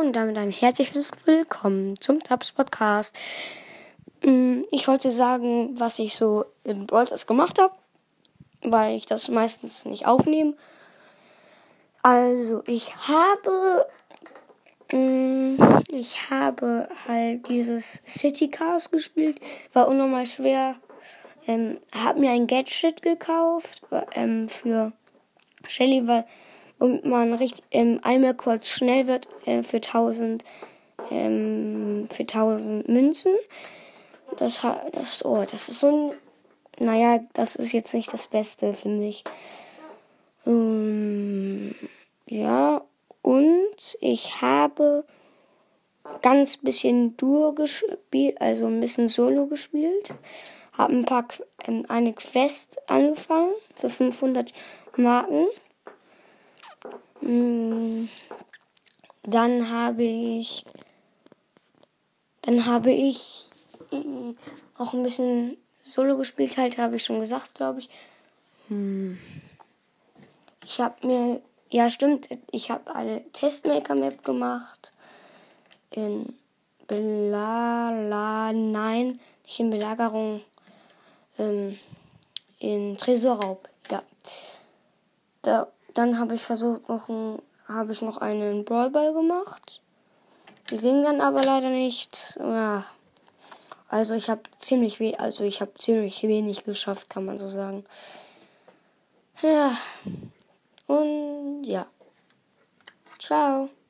und damit ein herzliches Willkommen zum Tabs Podcast. Ich wollte sagen, was ich so in Brawl Stars gemacht habe, weil ich das meistens nicht aufnehme. Also ich habe halt dieses City Cars gespielt, war unnormal schwer. Habe mir ein Gadget gekauft für Shelly, weil und man richtig einmal kurz schnell wird für 1000 Münzen. Das ist so ein, das ist jetzt nicht das Beste, finde ich. Ja, und ich habe ganz bisschen Duo gespielt, also ein bisschen Solo gespielt. Habe eine Quest angefangen für 500 Marken. Dann habe ich auch ein bisschen Solo gespielt, halt, habe ich schon gesagt, glaube ich. Ich habe eine Testmaker-Map gemacht in nein, nicht in Belagerung, in Tresorraub, ja. Dann habe ich noch einen Brawlball gemacht. Die ging dann aber leider nicht. Ja. Also ich habe ziemlich wenig geschafft, kann man so sagen. Ja. Und ja. Ciao.